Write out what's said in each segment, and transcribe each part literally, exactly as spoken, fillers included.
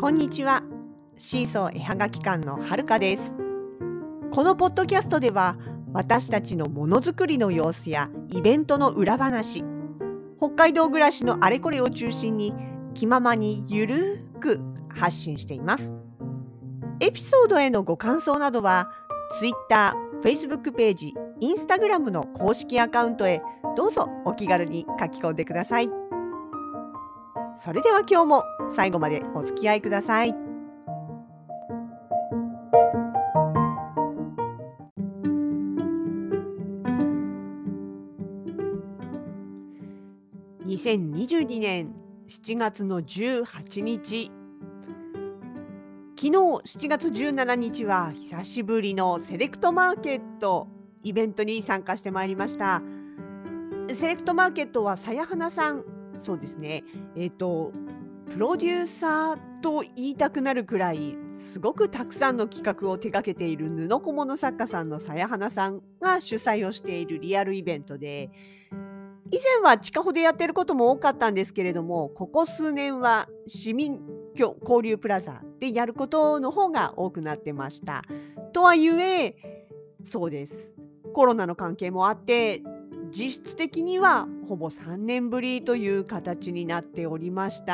こんにちは。シーソー絵はがき館のはるかです。このポッドキャストでは、私たちのものづくりの様子やイベントの裏話、北海道暮らしのあれこれを中心に気ままにゆるーく発信しています。エピソードへのご感想などは Twitter、Facebook ページ、Instagram の公式アカウントへどうぞお気軽に書き込んでください。それでは今日も最後までお付き合いください。にせんにじゅうにねんしちがつのじゅうはちにち、昨日しちがつじゅうしちにちは久しぶりのセレクトマーケットイベントに参加してまいりました。セレクトマーケットはさやはなさん、そうですね、えっとプロデューサーと言いたくなるくらいすごくたくさんの企画を手掛けている布小物作家さんのさやはなさんが主催をしているリアルイベントで、以前は近穂でやってることも多かったんですけれども、ここ数年は市民交流プラザでやることの方が多くなってました。とはいえ、そうです。コロナの関係もあって、実質的にはほぼさんねんぶりという形になっておりました。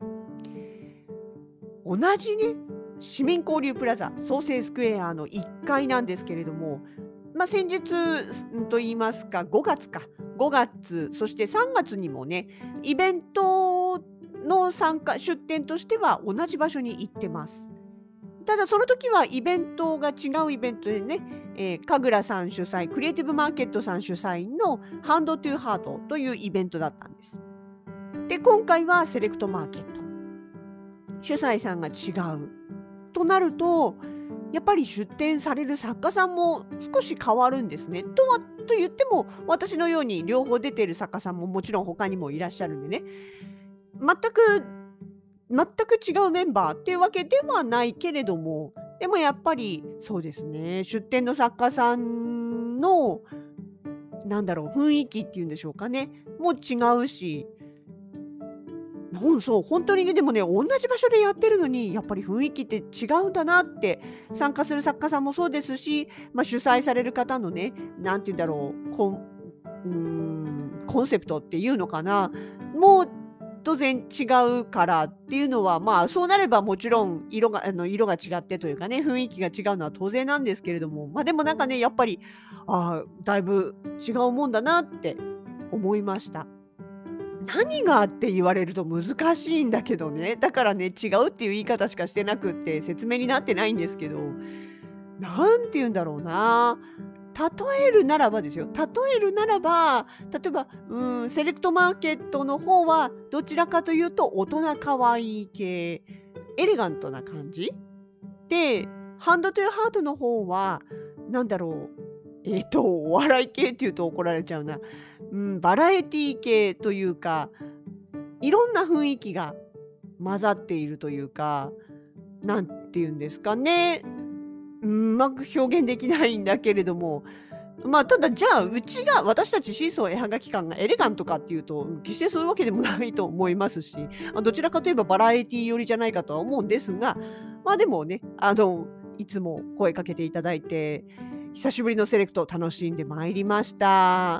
同じね、市民交流プラザ創生スクエアのいっかいなんですけれども、まあ、先日んと言いますかごがつかごがつ、そしてさんがつにもね、イベントの参加出展としては同じ場所に行ってます。ただその時はイベントが違うイベントでね、えー、神楽さん主催、クリエイティブマーケットさん主催のハンドトゥーハートというイベントだったんです。で、今回はセレクトマーケット。主催さんが違うとなると、やっぱり出展される作家さんも少し変わるんですね。とはと言っても、私のように両方出ている作家さんももちろん他にもいらっしゃるんでね、全く全く違うメンバーっていうわけではないけれども、でもやっぱりそうですね、出展の作家さんのなんだろう雰囲気っていうんでしょうかね、も違うし、うん、そう、本当にね、でもね、同じ場所でやってるのに、やっぱり雰囲気って違うんだなって、参加する作家さんもそうですし、まあ、主催される方のね、なんて言うんだろう、こんうーん、コンセプトっていうのかな、もう当然違うからっていうのは、まあ、そうなればもちろん色があの、色が違ってというかね、雰囲気が違うのは当然なんですけれども、ま、でもなんかね、やっぱり、ああ、だいぶ違うもんだなって思いました。何がって言われると難しいんだけどね。だからね、違うっていう言い方しかしてなくって、説明になってないんですけど、なんて言うんだろうな。例えるならばですよ。例えるならば、例えば、うーん、セレクトマーケットの方はどちらかというと大人可愛い系、エレガントな感じで、ハンドトゥーハートの方は、なんだろう、えっと、お笑い系っていうと怒られちゃうな。うん、バラエティ系というか、いろんな雰囲気が混ざっているというか、なんて言うんですかね。うん、うまく表現できないんだけれども、まあ、ただじゃあ、うちが私たちシーソー絵はがき館がエレガントかっていうと、決してそういうわけでもないと思いますし、あ、どちらかといえばバラエティ寄りじゃないかとは思うんですが、まあ、でもね、あの、いつも声かけていただいて、久しぶりのセレクト楽しんでまいりました。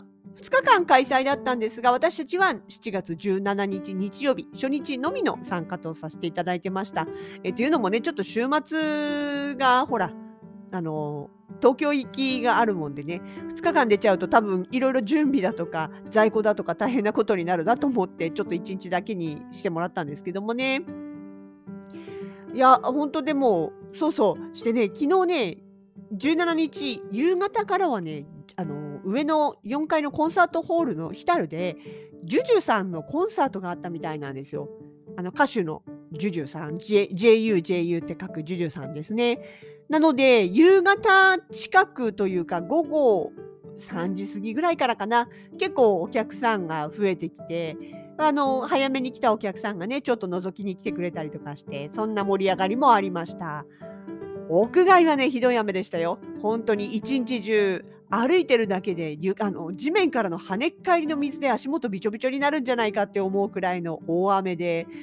ふつかかん開催だったんですが、私たちはしちがつじゅうしちにち日曜日、初日のみの参加とさせていただいてました。え、というのもね、ちょっと週末がほら、あの、東京行きがあるもんでね、ふつかかん出ちゃうと多分いろいろ準備だとか、在庫だとか大変なことになるなと思って、ちょっといちにちだけにしてもらったんですけどもね。いや、ほんとでも、そうそう、してね、昨日ね、じゅうしちにち夕方からはね、あの、上のよんかいのコンサートホールのヒタルで、ジュジュさんのコンサートがあったみたいなんですよ。あの、歌手のジュジュさん、ジェ ジェーユー ジェーユー って書くジュジュさんですね。なので、夕方近くというか、午後さんじ過ぎぐらいからかな、結構お客さんが増えてきて、あの、早めに来たお客さんがね、ちょっと覗きに来てくれたりとかして、そんな盛り上がりもありました。屋外はね、ひどい雨でしたよ。本当に一日中、歩いてるだけで、ゆあの、地面からの跳ねっ返りの水で足元びちょびちょになるんじゃないかって思うくらいの大雨で、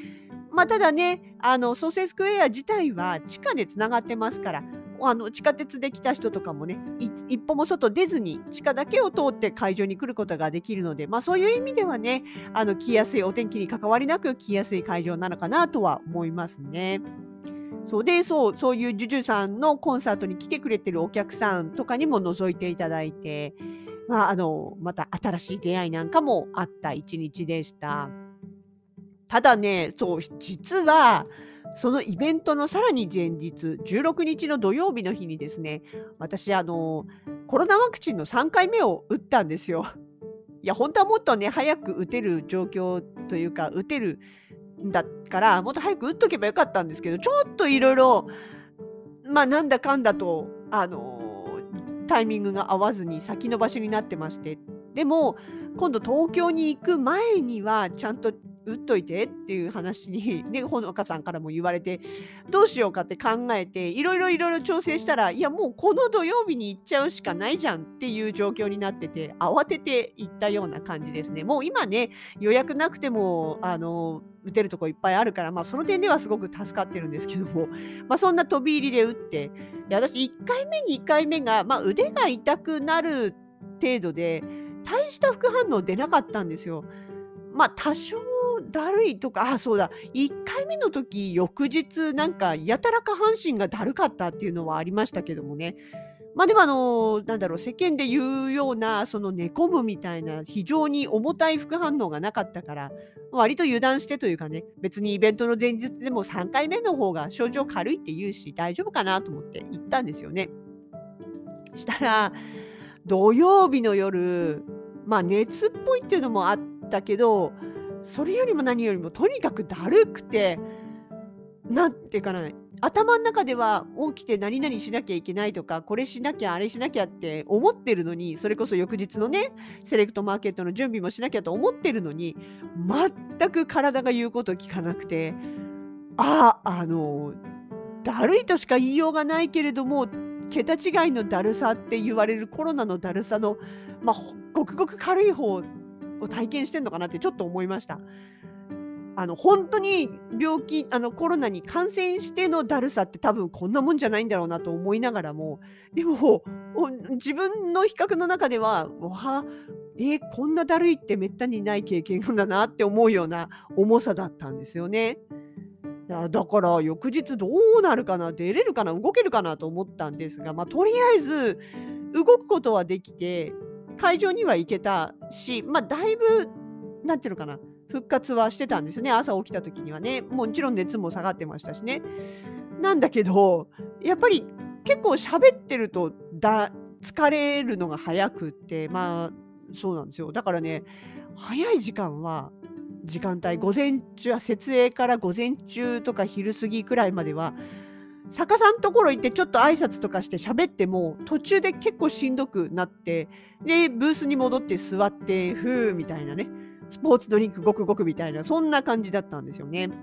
まあ、ただね、あの、ソーセスクエア自体は地下でつながってますから、あの、地下鉄で来た人とかもね、い一歩も外出ずに地下だけを通って会場に来ることができるので、ま、そういう意味ではね、あの、来やすいお天気に関わりなく来やすい会場なのかなとは思いますね。そうで、そう、そういうジュジュさんのコンサートに来てくれてるお客さんとかにも覗いていただいて、まあ、あの、また新しい出会いなんかもあったいちにちでした。ただね、そう、実は、そのイベントのさらに前日、じゅうろくにちの土曜日の日にですね、私あの、コロナワクチンのさんかいめを打ったんですよ。いや、本当はもっとね、早く打てる状況というか、打てるんだから、もっと早く打っとけばよかったんですけど、ちょっといろいろま、なんだかんだと、あの、タイミングが合わずに先延ばしになってまして。でも、今度東京に行く前にはちゃんと打っといてっていう話に、ね、ほのかさんからも言われて、どうしようかって考えて、いろいろいろいろ調整したら、いやもうこの土曜日に行っちゃうしかないじゃんっていう状況になってて、慌てて行ったような感じですね。もう今ね、予約なくても、あの、打てるとこいっぱいあるから、ま、その点ではすごく助かってるんですけども、ま、そんな飛び入りで打って、で、私いっかいめ、にかいめが、ま、腕が痛くなる程度で、大した副反応出なかったんですよ。ま、多少だるいとか、あ、そうだ、いっかいめの時、翌日なんかやたら下半身がだるかったっていうのはありましたけどもね。ま、でもあの、なんだろう、世間で言うような、その寝込むみたいな非常に重たい副反応がなかったから、割と油断してというかね、別にイベントの前日でもさんかいめの方が症状軽いって言うし、大丈夫かなと思って行ったんですよね。したら、土曜日の夜、ま、熱っぽいっていうのもあったけど、それよりも何よりもとにかくだるくて、なんていうかな、頭ん中では起きて何々しなきゃいけないとか、これしなきゃ、あれしなきゃって思ってるのに、それこそ翌日のね、セレクトマーケットの準備もしなきゃと思ってるのに、全く体が言うこと聞かなくて、ああ、あの、だるいとしか言いようがないけれども、桁違いのだるさって言われるコロナのだるさの、ま、ほごくごく軽い方を体験してんのかなってちょっと思いました。あの、ほんとに病気あの、コロナに感染してのだるさって多分こんなもんじゃないんだろうなと思いながらも、でも、お自分の比較の中では、わ、え、こんなだるいってめったにない経験だなって思うような重さだったんですよね。いや、だから翌日どうなるかな、出れるかな、動けるかなと思ったんですが、ま、とりあえず動くことはできて、会場には行けたし、ま、だいぶ、なんていうのかな、復活はしてたんですよね、朝起きた時にはね。もちろん熱も下がってましたしね。なんだけど、やっぱり結構喋ってると、だ疲れるのが早くって、まあ、そうなんですよ。だからね、早い時間は時間帯、午前中は設営から午前中とか昼過ぎくらいまでは、作家さんところ行ってちょっと挨拶とかして喋っても、途中で結構しんどくなって、で、ブースに戻って座って、ふうみたいなね、スポーツドリンクごくごくみたいな、そんな感じだったんですよね。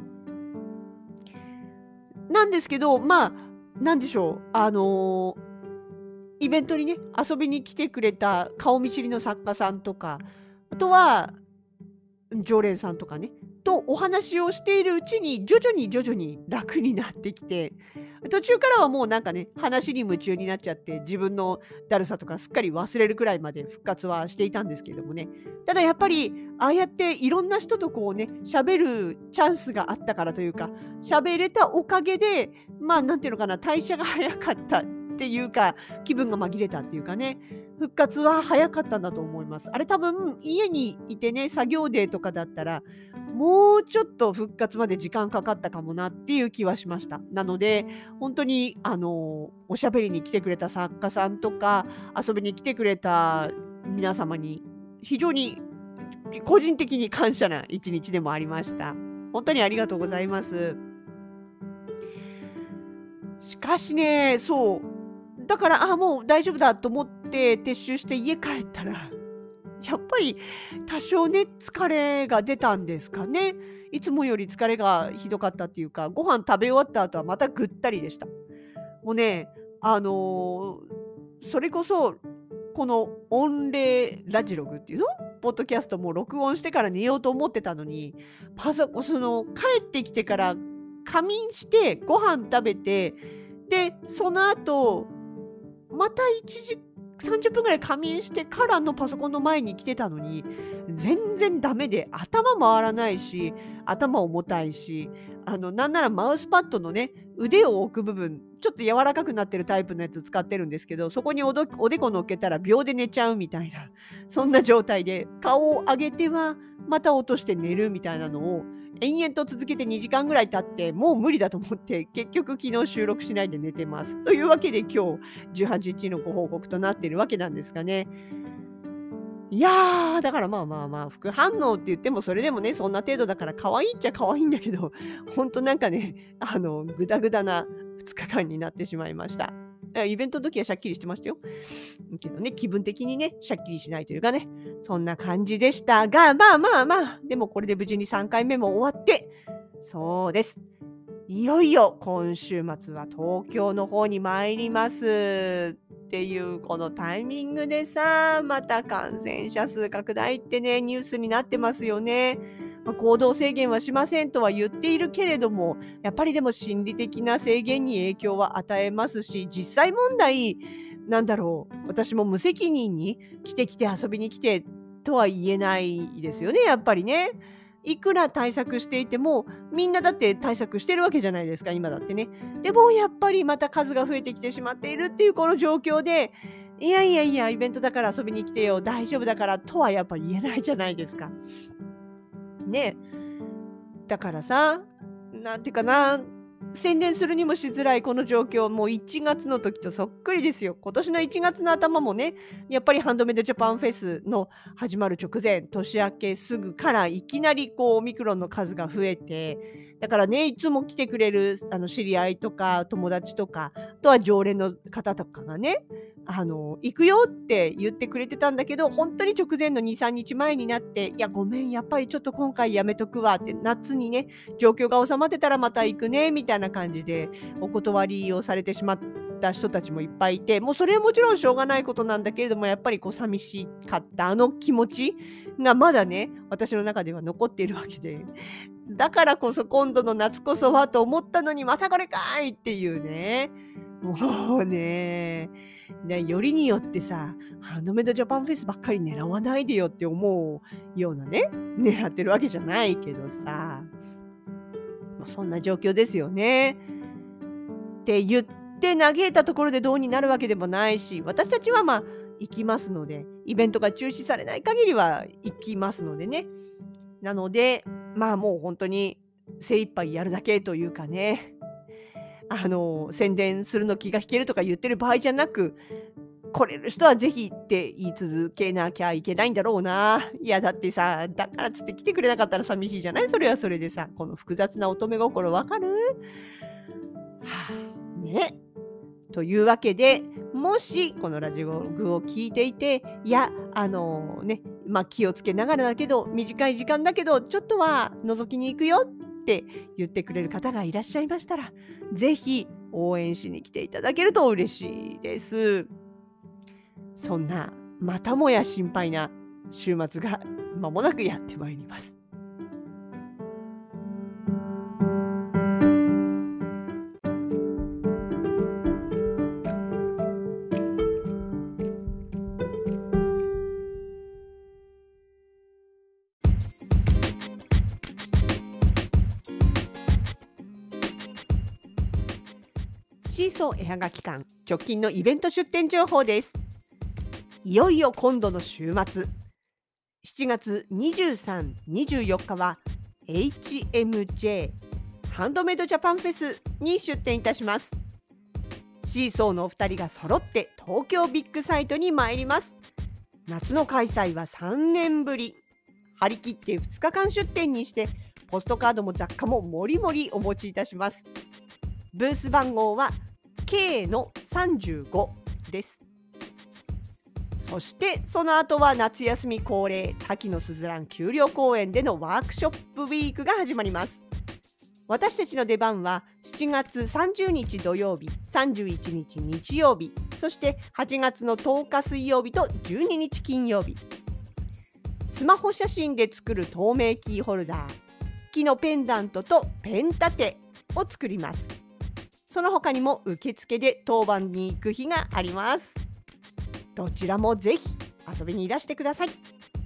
なんですけど、まあ、なんでしょう、あの、イベントにね、遊びに来てくれた顔見知りの作家さんとか、あとは常連さんとかね、とお話をしているうちに、徐々に徐々に楽になってきて、途中からはもうなんかね、話に夢中になっちゃって、自分のだるさとかすっかり忘れるくらいまで復活はしていたんですけれどもね。ただやっぱり、ああやっていろんな人とこうね、喋るチャンスがあったからというか、喋れたおかげで、まあ、なんていうのかな、代謝が早かったっていうか、気分が紛れたっていうかね、復活は早かったんだと思います。あれ多分家にいてね、作業デーとかだったら、もうちょっと復活まで時間かかったかもなっていう気はしました。なので、本当にあの、おしゃべりに来てくれた作家さんとか、遊びに来てくれた皆様に、非常に個人的に感謝ないちにちでもありました。本当にありがとうございます。しかしね、そう、だから、あ、もう大丈夫だと思って撤収して家帰ったら、やっぱり多少ね、疲れが出たんですかね。いつもより疲れがひどかったっていうか、ご飯食べ終わった後はまたぐったりでした。もうね、あの、それこそ、この御礼ラジログっていうの？ ポッドキャストも録音してから寝ようと思ってたのに、パソコンその帰ってきてから仮眠してご飯食べて、でその後またいちじさんじゅっぷんぐらい仮眠してからのパソコンの前に来てたのに、全然ダメで、頭回らないし、頭重たいし、あのなんならマウスパッドのね、腕を置く部分ちょっと柔らかくなってるタイプのやつ使ってるんですけど、そこにおどおでこ乗っけたら秒で寝ちゃうみたいな、そんな状態で顔を上げてはまた落として寝るみたいなのを延々と続けてにじかんぐらい経って、もう無理だと思って結局昨日収録しないで寝てます。というわけで今日じゅうはちにちのご報告となっているわけなんですがね。いやー、だからまあまあまあ、副反応って言ってもそれでもね、そんな程度だから可愛いっちゃ可愛いんだけど、ほんとなんかね、あの、ぐだぐだなふつかかんになってしまいました。えイベントの時はシャッキリしてましたよ。けどね、気分的にね、シャッキリしないというかね、そんな感じでしたが、まあまあまあ、でもこれで無事にさんかいめも終わって、そうです。いよいよ今週末は東京の方に参りますっていうこのタイミングでさ、また感染者数拡大ってね、ニュースになってますよね。まあ、行動制限はしませんとは言っているけれども、やっぱりでも心理的な制限に影響は与えますし、実際問題、なんだろう、私も無責任に来て来て遊びに来てとは言えないですよね、やっぱりね。いくら対策していても、みんなだって対策してるわけじゃないですか、今だってね。でもやっぱりまた数が増えてきてしまっているっていうこの状況で、いやいやいや、イベントだから遊びに来てよ、大丈夫だからとはやっぱ言えないじゃないですか。ね。だからさ、なんていうかな、宣伝するにもしづらいこの状況、もういちがつの時とそっくりですよ。今年のいちがつの頭もね、やっぱりハンドメイドジャパンフェスの始まる直前、年明けすぐからいきなりこうオミクロンの数が増えて、だからね、いつも来てくれるあの知り合いとか友達とか、あとは常連の方とかがね、あの行くよって言ってくれてたんだけど、本当に直前のにさんにちまえになって、いやごめん、やっぱりちょっと今回やめとくわって、夏にね、状況が収まってたらまた行くねみたいな感じでお断りをされてしまった人たちもいっぱいいて、もうそれはもちろんしょうがないことなんだけれども、やっぱりこう寂しかったあの気持ちがまだね、私の中では残っているわけで、だからこそ今度の夏こそはと思ったのにまたこれかいっていうね、もうね、ね、よりによってさ、ハンドメイドジャパンフェスばっかり狙わないでよって思うようなね、狙ってるわけじゃないけどさ、もうそんな状況ですよね。って言って嘆いたところでどうになるわけでもないし、私たちはまあ行きますので、イベントが中止されない限りは行きますのでね。なので、まあもう本当に精一杯やるだけというかね、あの宣伝するの気が引けるとか言ってる場合じゃなく、来れる人はぜひって言い続けなきゃいけないんだろうな。いやだってさ、だからっつって来てくれなかったら寂しいじゃない？それはそれでさ、この複雑な乙女心わかる？はあ、ね。というわけで、もしこのラジオグを聞いていて、いや、あのね、まあ気をつけながらだけど、短い時間だけど、ちょっとは覗きに行くよって言ってくれる方がいらっしゃいましたら、ぜひ応援しに来ていただけると嬉しいです。そんなまたもや心配な週末が間もなくやってまいります。シーソー絵はがき館直近のイベント出店情報です。いよいよ今度の週末、しちがつにじゅうさん、にじゅうよっかは エイチエムジェー ハンドメイドジャパンフェスに出展いたします。シーソーのお二人が揃って東京ビッグサイトに参ります。夏の開催はさんねんぶり。張り切ってふつかかん出展にして、ポストカードも雑貨ももりもりお持ちいたします。ブース番号は ケー のさんじゅうごです。そしてその後は夏休み恒例、滝のすずらん丘陵公園でのワークショップウィークが始まります。私たちの出番はしちがつさんじゅうにち土曜日、さんじゅういちにち日曜日、そしてはちがつのとおか水曜日とじゅうににち金曜日。ススマホ写真で作る透明キーホルダー、木のペンダントとペン立てを作ります。その他にも受付で当番に行く日があります。どちらもぜひ遊びにいらしてください。